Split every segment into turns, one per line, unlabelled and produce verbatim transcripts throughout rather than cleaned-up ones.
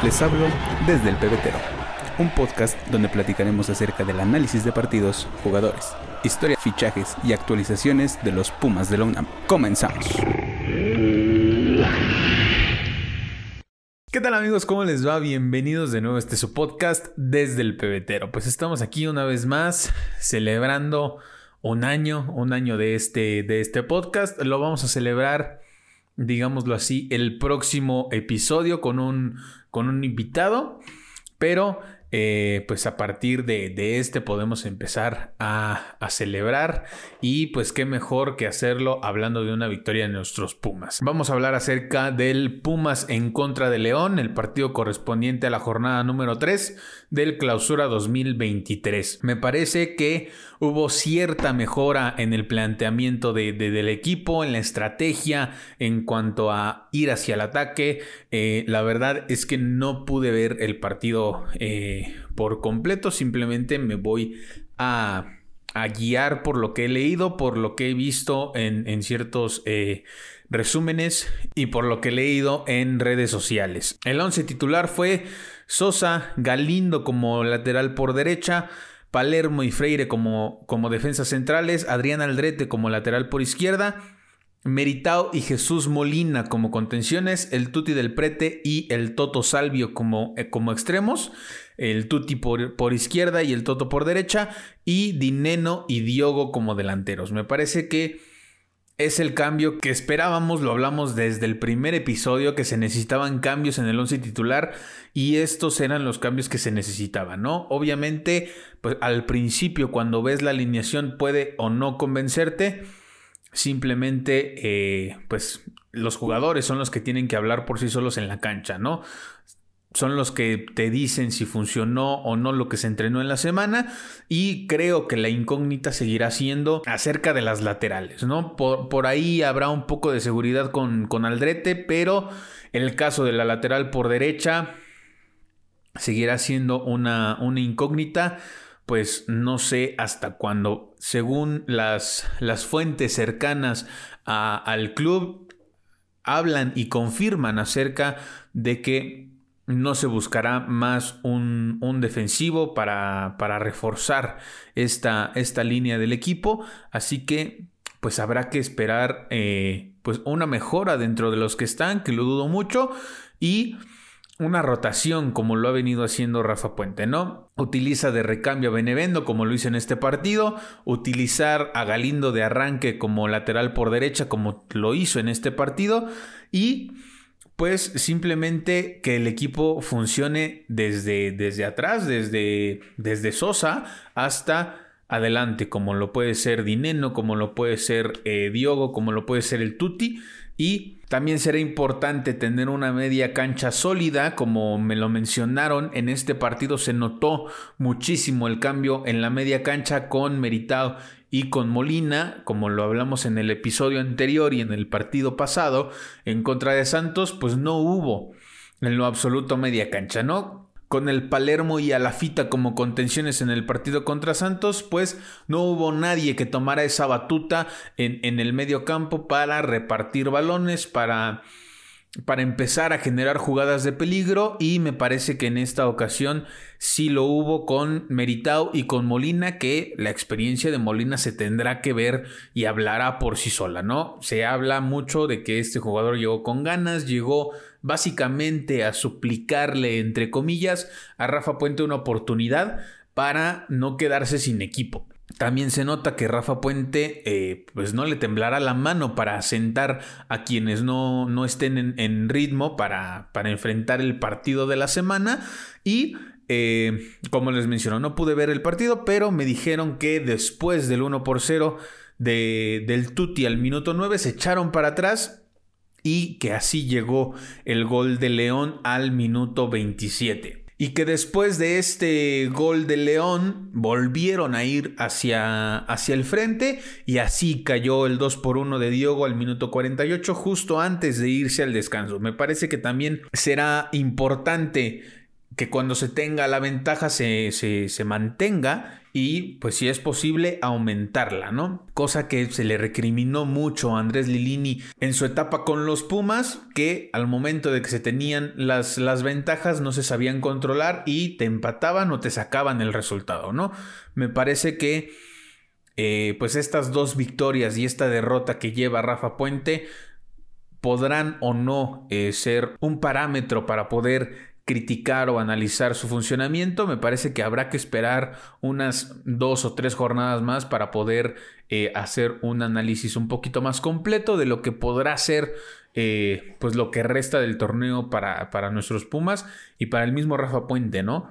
Les hablo desde el Pebetero, un podcast donde platicaremos acerca del análisis de partidos, jugadores, historia, fichajes y actualizaciones de los Pumas de la UNAM. Comenzamos. ¿Qué tal, amigos? ¿Cómo les va? Bienvenidos de nuevo a este su podcast desde el Pebetero. Pues estamos aquí una vez más celebrando un año, un año de este, de este podcast. Lo vamos a celebrar, digámoslo así, el próximo episodio con un, con un invitado, pero eh, pues a partir de, de este podemos empezar a, a celebrar, y pues qué mejor que hacerlo hablando de una victoria de nuestros Pumas. Vamos a hablar acerca del Pumas en contra de León, el partido correspondiente a la jornada número tres del Clausura dos mil veintitrés. Me parece que hubo cierta mejora en el planteamiento de, de, del equipo, en la estrategia en cuanto a ir hacia el ataque. Eh, la verdad es que no pude ver el partido eh, por completo, simplemente me voy a, a guiar por lo que he leído, por lo que he visto en, en ciertos eh, resúmenes y por lo que he leído en redes sociales. El once titular fue Sosa, Galindo como lateral por derecha, Palermo y Freire como, como defensas centrales, Adrián Aldrete como lateral por izquierda, Meritao y Jesús Molina como contenciones, el Tuti del Prete y el Toto Salvio como, eh, como extremos, el Tuti por, por izquierda y el Toto por derecha, y Dineno y Diogo como delanteros. Me parece que es el cambio que esperábamos, lo hablamos desde el primer episodio, que se necesitaban cambios en el once titular, y estos eran los cambios que se necesitaban, ¿no? Obviamente, pues al principio cuando ves la alineación puede o no convencerte, simplemente eh, pues los jugadores son los que tienen que hablar por sí solos en la cancha, ¿no? Son los que te dicen si funcionó o no lo que se entrenó en la semana, y creo que la incógnita seguirá siendo acerca de las laterales, ¿no? Por, por ahí habrá un poco de seguridad con, con Aldrete, pero el caso de la lateral por derecha seguirá siendo una, una incógnita, pues no sé hasta cuándo. Según las, las fuentes cercanas a, al club, hablan y confirman acerca de que no se buscará más un, un defensivo para, para reforzar esta, esta línea del equipo. Así que pues habrá que esperar eh, pues una mejora dentro de los que están, que lo dudo mucho, y una rotación como lo ha venido haciendo Rafa Puente, ¿no? Utiliza de recambio a Benevendo como lo hizo en este partido, utilizar a Galindo de arranque como lateral por derecha como lo hizo en este partido, y pues simplemente que el equipo funcione desde, desde atrás, desde, desde Sosa hasta adelante, como lo puede ser Dineno, como lo puede ser eh, Diogo, como lo puede ser el Tuti. Y también será importante tener una media cancha sólida, como me lo mencionaron. En este partido se notó muchísimo el cambio en la media cancha con Meritao y con Molina, como lo hablamos en el episodio anterior y en el partido pasado en contra de Santos, pues no hubo en lo absoluto media cancha, ¿no? Con el Palermo y Alafita como contenciones en el partido contra Santos, pues no hubo nadie que tomara esa batuta en, en el medio campo para repartir balones, para, para empezar a generar jugadas de peligro, y me parece que en esta ocasión sí lo hubo con Meritao y con Molina, que la experiencia de Molina se tendrá que ver y hablará por sí sola, ¿no? Se habla mucho de que este jugador llegó con ganas, llegó básicamente a suplicarle, entre comillas, a Rafa Puente una oportunidad para no quedarse sin equipo. También se nota que Rafa Puente eh, pues no le temblará la mano para sentar a quienes no, no estén en, en ritmo para, para enfrentar el partido de la semana. Y eh, como les menciono, no pude ver el partido, pero me dijeron que después del uno por cero de, del Tuti al minuto nueve se echaron para atrás, y que así llegó el gol de León al minuto veintisiete. Y que después de este gol de León volvieron a ir hacia, hacia el frente, y así cayó el dos por uno de Diogo al minuto cuarenta y ocho, justo antes de irse al descanso. Me parece que también será importante que cuando se tenga la ventaja se, se, se mantenga y pues si es posible aumentarla, ¿no? Cosa que se le recriminó mucho a Andrés Lilini en su etapa con los Pumas, que al momento de que se tenían las, las ventajas no se sabían controlar y te empataban o te sacaban el resultado, ¿no? Me parece que eh, pues estas dos victorias y esta derrota que lleva Rafa Puente podrán o no eh, ser un parámetro para poder criticar o analizar su funcionamiento. Me parece que habrá que esperar unas dos o tres jornadas más para poder eh, hacer un análisis un poquito más completo de lo que podrá ser eh, pues lo que resta del torneo para, para nuestros Pumas y para el mismo Rafa Puente, ¿no?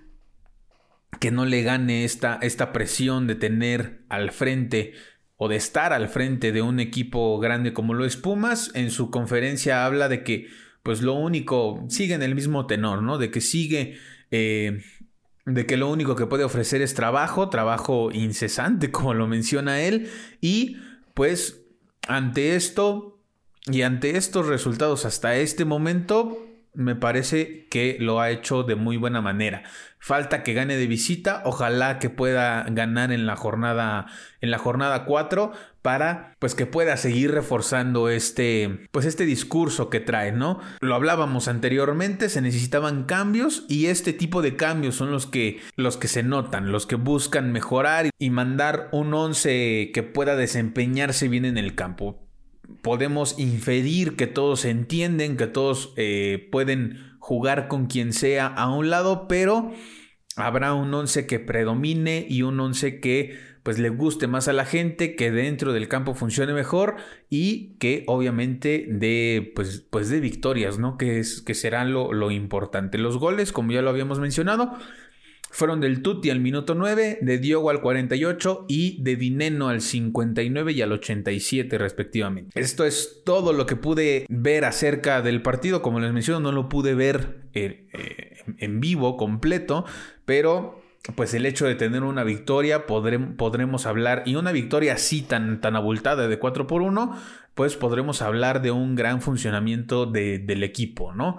Que no le gane esta, esta presión de tener al frente o de estar al frente de un equipo grande como lo es Pumas. En su conferencia habla de que pues lo único, sigue en el mismo tenor, ¿no? De que sigue, eh, de que lo único que puede ofrecer es trabajo, trabajo incesante, como lo menciona él, y pues ante esto y ante estos resultados hasta este momento, me parece que lo ha hecho de muy buena manera. Falta que gane de visita, ojalá que pueda ganar en la jornada en la jornada cuatro para pues que pueda seguir reforzando este pues este discurso que trae, ¿no? Lo hablábamos anteriormente, se necesitaban cambios y este tipo de cambios son los que los que se notan, los que buscan mejorar y mandar un once que pueda desempeñarse bien en el campo. Podemos inferir que todos entienden, que todos eh, pueden jugar con quien sea a un lado, pero habrá un once que predomine y un once que pues le guste más a la gente, que dentro del campo funcione mejor y que obviamente dé pues, pues de victorias, ¿no? Que, es, que será lo, lo importante. Los goles, como ya lo habíamos mencionado, fueron del Tuti al minuto nueve, de Diogo al cuarenta y ocho y de Dineno al cincuenta y nueve y al ochenta y siete respectivamente. Esto es todo lo que pude ver acerca del partido. Como les menciono, no lo pude ver eh, eh, en vivo completo, pero pues el hecho de tener una victoria podré, podremos hablar, y una victoria así tan, tan abultada de cuatro por uno, pues podremos hablar de un gran funcionamiento de, del equipo, ¿no?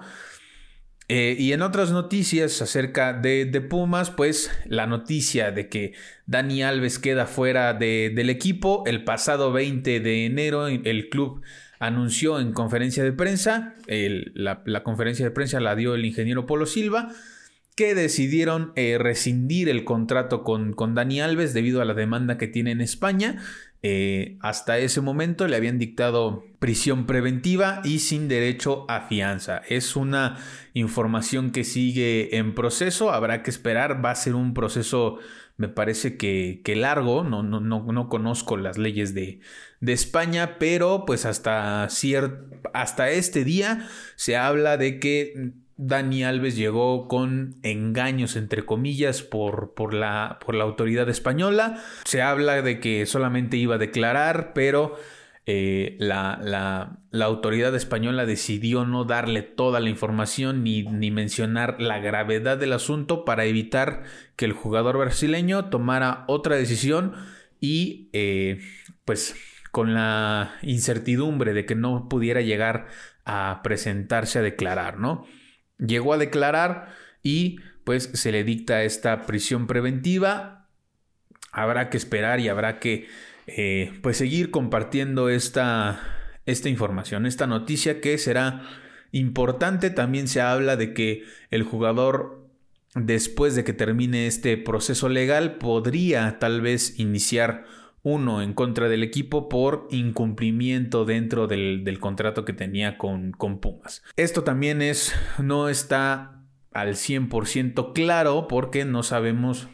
Eh, y en otras noticias acerca de, de Pumas, pues la noticia de que Dani Alves queda fuera de, del equipo. El pasado veinte de enero el club anunció en conferencia de prensa, el, la, la conferencia de prensa la dio el ingeniero Polo Silva, que decidieron eh, rescindir el contrato con, con Dani Alves debido a la demanda que tiene en España. Eh, hasta ese momento le habían dictado prisión preventiva y sin derecho a fianza. Es una información que sigue en proceso, habrá que esperar, va a ser un proceso, me parece que, que largo, no, no, no, no conozco las leyes de, de España, pero pues hasta, cier- hasta este día se habla de que Dani Alves llegó con engaños, entre comillas, por, por, la, por la autoridad española. Se habla de que solamente iba a declarar, pero eh, la, la, la autoridad española decidió no darle toda la información ni, ni mencionar la gravedad del asunto para evitar que el jugador brasileño tomara otra decisión y eh, pues con la incertidumbre de que no pudiera llegar a presentarse a declarar, ¿no? Llegó a declarar y pues se le dicta esta prisión preventiva. Habrá que esperar y habrá que eh, pues seguir compartiendo esta, esta información, esta noticia que será importante. También se habla de que el jugador, después de que termine este proceso legal, podría tal vez iniciar uno en contra del equipo por incumplimiento dentro del, del contrato que tenía con, con Pumas. Esto también es, no está al cien por ciento claro porque no sabemos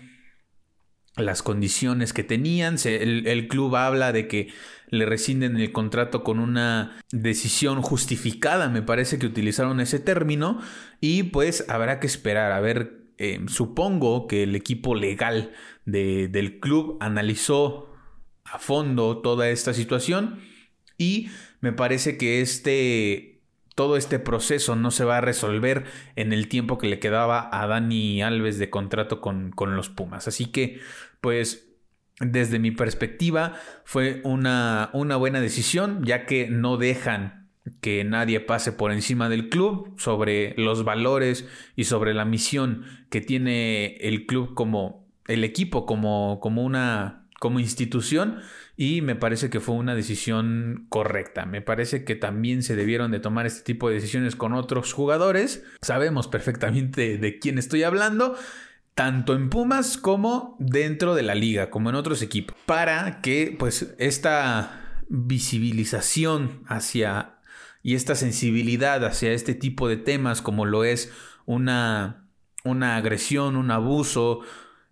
las condiciones que tenían. Se, el, el club habla de que le rescinden el contrato con una decisión justificada, me parece que utilizaron ese término, y pues habrá que esperar a ver. Eh, supongo que el equipo legal de, del club analizó a fondo toda esta situación y me parece que este todo este proceso no se va a resolver en el tiempo que le quedaba a Dani Alves de contrato con, con los Pumas. Así que pues desde mi perspectiva fue una, una buena decisión, ya que no dejan que nadie pase por encima del club sobre los valores y sobre la misión que tiene el club como el equipo como, como una como institución, y me parece que fue una decisión correcta. Me parece que también se debieron de tomar este tipo de decisiones con otros jugadores. Sabemos perfectamente de quién estoy hablando, tanto en Pumas como dentro de la liga, como en otros equipos, para que pues esta visibilización hacia y esta sensibilidad hacia este tipo de temas, como lo es una, una agresión, un abuso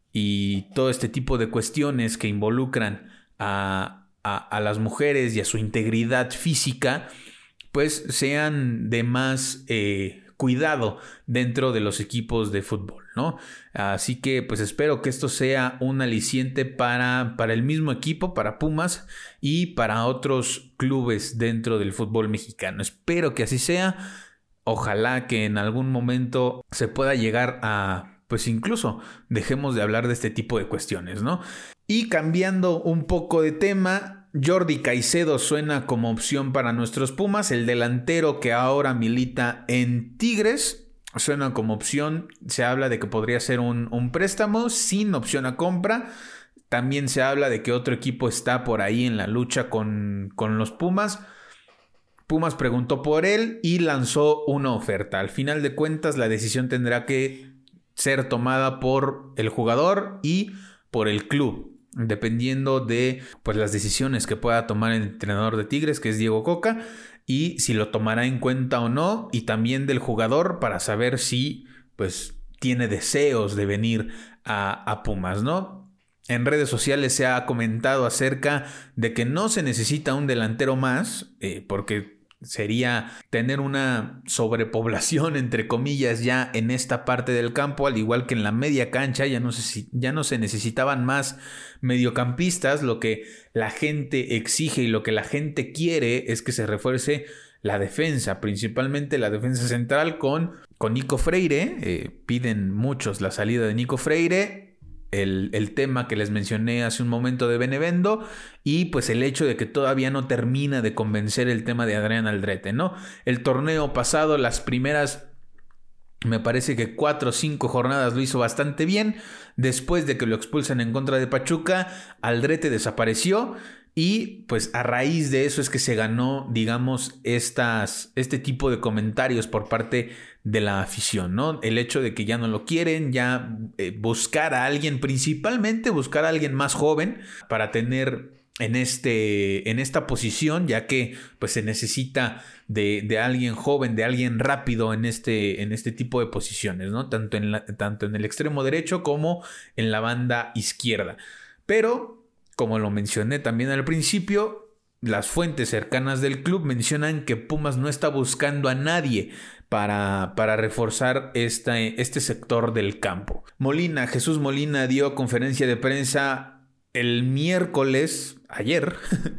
y todo este tipo de cuestiones que involucran a, a, a las mujeres y a su integridad física, pues sean de más eh, cuidado dentro de los equipos de fútbol, ¿no? Así que pues espero que esto sea un aliciente para, para el mismo equipo, para Pumas y para otros clubes dentro del fútbol mexicano. Espero que así sea. Ojalá que en algún momento se pueda llegar a, pues incluso dejemos de hablar de este tipo de cuestiones, ¿no? Y cambiando un poco de tema, Jordi Caicedo suena como opción para nuestros Pumas. El delantero que ahora milita en Tigres suena como opción. Se habla de que podría ser un, un préstamo sin opción a compra. También se habla de que otro equipo está por ahí en la lucha con, con los Pumas. Pumas preguntó por él y lanzó una oferta. Al final de cuentas, la decisión tendrá que ser tomada por el jugador y por el club, dependiendo de pues, las decisiones que pueda tomar el entrenador de Tigres, que es Diego Coca, y si lo tomará en cuenta o no, y también del jugador para saber si pues, tiene deseos de venir a, a Pumas, ¿no? En redes sociales se ha comentado acerca de que no se necesita un delantero más, eh, porque sería tener una sobrepoblación, entre comillas, ya en esta parte del campo, al igual que en la media cancha. Ya no se, ya no se necesitaban más mediocampistas. Lo que la gente exige y lo que la gente quiere es que se refuerce la defensa, principalmente la defensa central con, con Nico Freire. Eh, piden muchos la salida de Nico Freire. El, el tema que les mencioné hace un momento de Benevendo y pues el hecho de que todavía no termina de convencer el tema de Adrián Aldrete, ¿no? El torneo pasado, las primeras, me parece que cuatro o cinco jornadas lo hizo bastante bien. Después de que lo expulsan en contra de Pachuca, Aldrete desapareció. Y pues a raíz de eso es que se ganó, digamos, estas, este tipo de comentarios por parte de la afición, ¿no? El hecho de que ya no lo quieren, ya eh, buscar a alguien, principalmente buscar a alguien más joven para tener en, este, en esta posición, ya que pues se necesita de, de alguien joven, de alguien rápido en este, en este tipo de posiciones, ¿no? Tanto en, la, tanto en el extremo derecho como en la banda izquierda. Pero como lo mencioné también al principio, las fuentes cercanas del club mencionan que Pumas no está buscando a nadie para, para reforzar esta, este sector del campo. Molina, Jesús Molina dio conferencia de prensa el miércoles, ayer,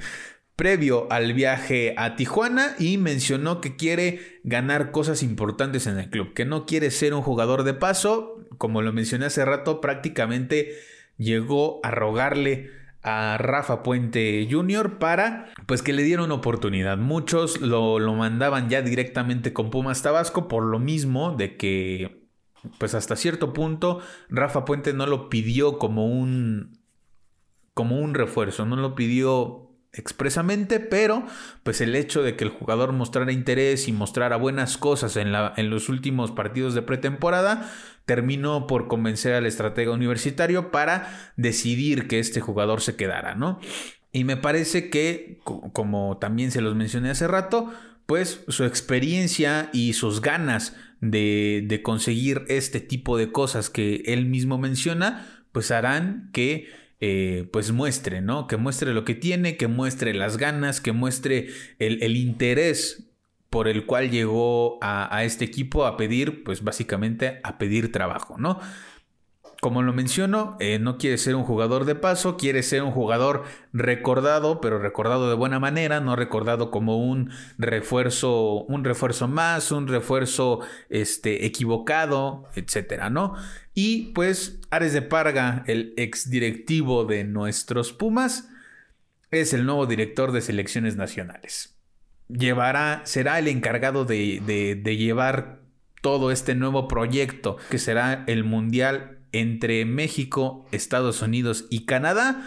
previo al viaje a Tijuana, y mencionó que quiere ganar cosas importantes en el club, que no quiere ser un jugador de paso. Como lo mencioné hace rato, prácticamente llegó a rogarle a Rafa Puente junior para pues que le diera una oportunidad. Muchos lo, lo mandaban ya directamente con Pumas Tabasco, por lo mismo de que pues hasta cierto punto Rafa Puente no lo pidió como un como un refuerzo, no lo pidió expresamente, pero pues el hecho de que el jugador mostrara interés y mostrara buenas cosas en, la, en los últimos partidos de pretemporada terminó por convencer al estratega universitario para decidir que este jugador se quedara, ¿no? Y me parece que, como también se los mencioné hace rato, pues su experiencia y sus ganas de, de conseguir este tipo de cosas que él mismo menciona, pues harán que Eh, pues muestre, ¿no? Que muestre lo que tiene, que muestre las ganas, que muestre el, el interés por el cual llegó a, a este equipo a pedir, pues básicamente a pedir trabajo, ¿no? Como lo menciono, eh, no quiere ser un jugador de paso, quiere ser un jugador recordado, pero recordado de buena manera, no recordado como un refuerzo, un refuerzo más, un refuerzo este, equivocado, etcétera, ¿no? Y pues Ares de Parga, el exdirectivo de nuestros Pumas, es el nuevo director de selecciones nacionales. Llevará, será el encargado de, de, de llevar todo este nuevo proyecto, que será el Mundial entre México, Estados Unidos y Canadá,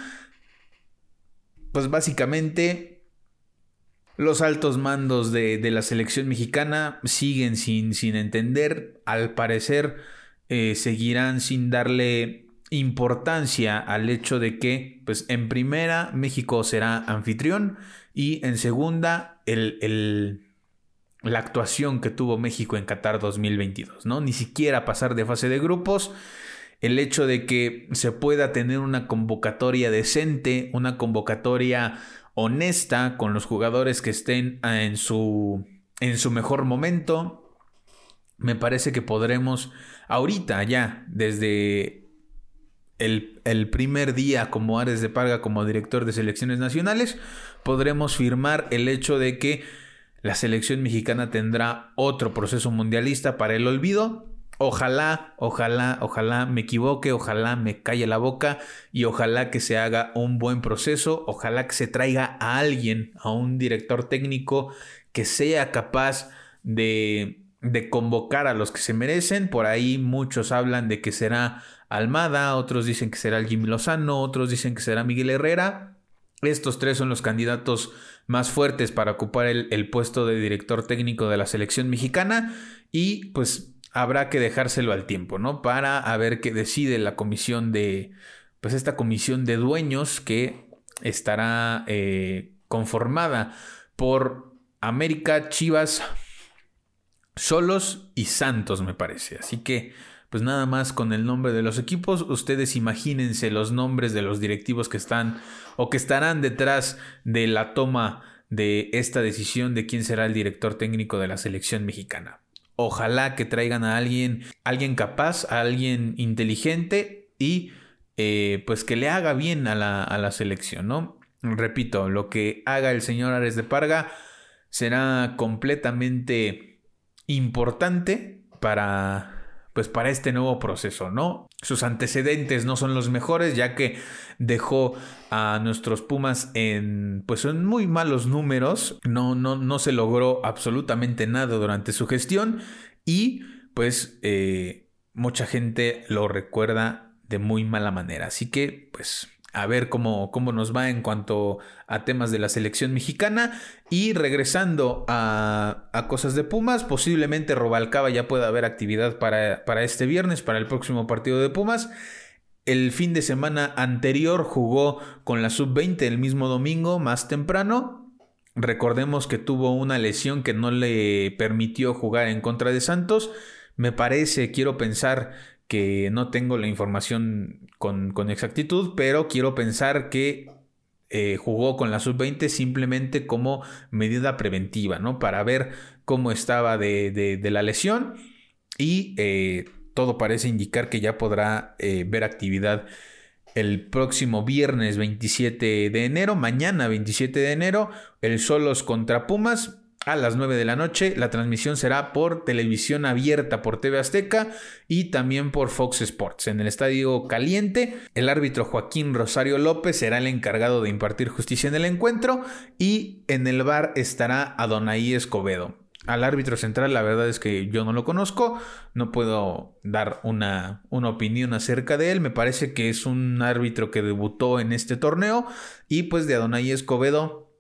pues básicamente los altos mandos de, de la selección mexicana siguen sin, sin entender. Al parecer eh, seguirán sin darle importancia al hecho de que, pues en primera, México será anfitrión y en segunda, el, el, la actuación que tuvo México en Qatar dos mil veintidós, ¿no? Ni siquiera pasar de fase de grupos. El hecho de que se pueda tener una convocatoria decente, una convocatoria honesta con los jugadores que estén en su, en su mejor momento, me parece que podremos ahorita ya, desde el, el primer día como Ares de Parga, como director de selecciones nacionales, podremos firmar el hecho de que la selección mexicana tendrá otro proceso mundialista para el olvido. Ojalá, ojalá, ojalá me equivoque, ojalá me calle la boca y ojalá que se haga un buen proceso, ojalá que se traiga a alguien, a un director técnico que sea capaz de, de convocar a los que se merecen. Por ahí muchos hablan de que será Almada, otros dicen que será el Jimmy Lozano, otros dicen que será Miguel Herrera. Estos tres son los candidatos más fuertes para ocupar el, el puesto de director técnico de la selección mexicana y pues habrá que dejárselo al tiempo, ¿no? Para a ver qué decide la comisión de, pues esta comisión de dueños que estará eh, conformada por América, Chivas, Xolos y Santos, me parece. Así que, pues nada más con el nombre de los equipos, ustedes imagínense los nombres de los directivos que están o que estarán detrás de la toma de esta decisión de quién será el director técnico de la selección mexicana. Ojalá que traigan a alguien, alguien capaz, a alguien inteligente y eh, pues que le haga bien a la, a la selección, ¿no? Repito, lo que haga el señor Ares de Parga será completamente importante para, pues para este nuevo proceso, ¿no? Sus antecedentes no son los mejores, ya que dejó a nuestros Pumas en, pues en muy malos números. No, no, no se logró absolutamente nada durante su gestión y pues eh, mucha gente lo recuerda de muy mala manera. Así que pues a ver cómo, cómo nos va en cuanto a temas de la selección mexicana. Y regresando a, a cosas de Pumas, posiblemente Rubalcaba ya pueda haber actividad para, para este viernes, para el próximo partido de Pumas. El fin de semana anterior jugó con la sub veinte el mismo domingo, más temprano. Recordemos que tuvo una lesión que no le permitió jugar en contra de Santos. Me parece, quiero pensar que no tengo la información con, con exactitud, pero quiero pensar que eh, jugó con la sub veinte simplemente como medida preventiva, ¿no? Para ver cómo estaba de, de, de la lesión y eh, todo parece indicar que ya podrá eh, ver actividad el próximo viernes veintisiete de enero, mañana veintisiete de enero, el Xolos contra Pumas a las nueve de la noche. La transmisión será por televisión abierta por T V Azteca y también por Fox Sports en el Estadio Caliente. El árbitro Joaquín Rosario López será el encargado de impartir justicia en el encuentro y en el V A R estará Adonai Escobedo. Al árbitro central la verdad es que yo no lo conozco, no puedo dar una, una opinión acerca de él. Me parece que es un árbitro que debutó en este torneo y pues de Adonai Escobedo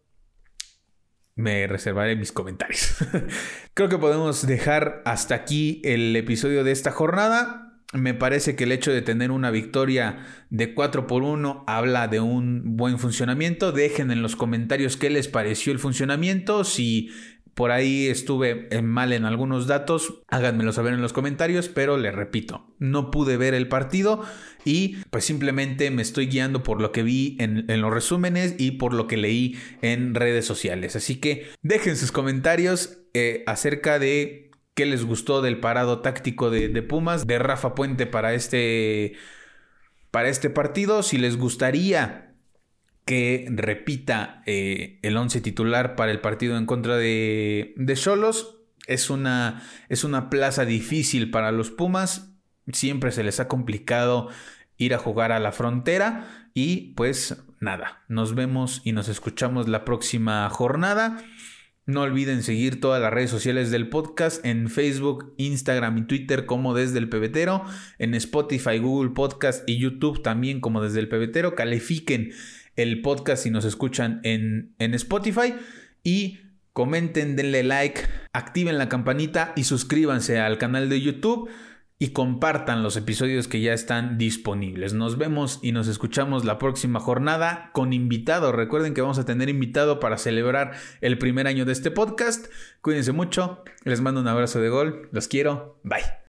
me reservaré mis comentarios. Creo que podemos dejar hasta aquí el episodio de esta jornada. Me parece que el hecho de tener una victoria de cuatro por uno habla de un buen funcionamiento. Dejen en los comentarios qué les pareció el funcionamiento. Si por ahí estuve mal en algunos datos, háganmelo saber en los comentarios, pero les repito, no pude ver el partido y pues simplemente me estoy guiando por lo que vi en, en los resúmenes y por lo que leí en redes sociales. Así que dejen sus comentarios eh, acerca de qué les gustó del parado táctico de, de Pumas, de Rafa Puente para este, para este partido, si les gustaría que repita eh, el once titular para el partido en contra de, de Xolos. Es una, es una plaza difícil para los Pumas. Siempre se les ha complicado ir a jugar a la frontera. Y pues nada, nos vemos y nos escuchamos la próxima jornada. No olviden seguir todas las redes sociales del podcast en Facebook, Instagram y Twitter como Desde el Pebetero, en Spotify, Google Podcast y YouTube también como Desde el Pebetero. Califiquen el podcast si nos escuchan en, en Spotify y comenten, denle like, activen la campanita y suscríbanse al canal de YouTube y compartan los episodios que ya están disponibles. Nos vemos y nos escuchamos la próxima jornada con invitado. Recuerden que vamos a tener invitado para celebrar el primer año de este podcast. Cuídense mucho. Les mando un abrazo de gol. Los quiero. Bye.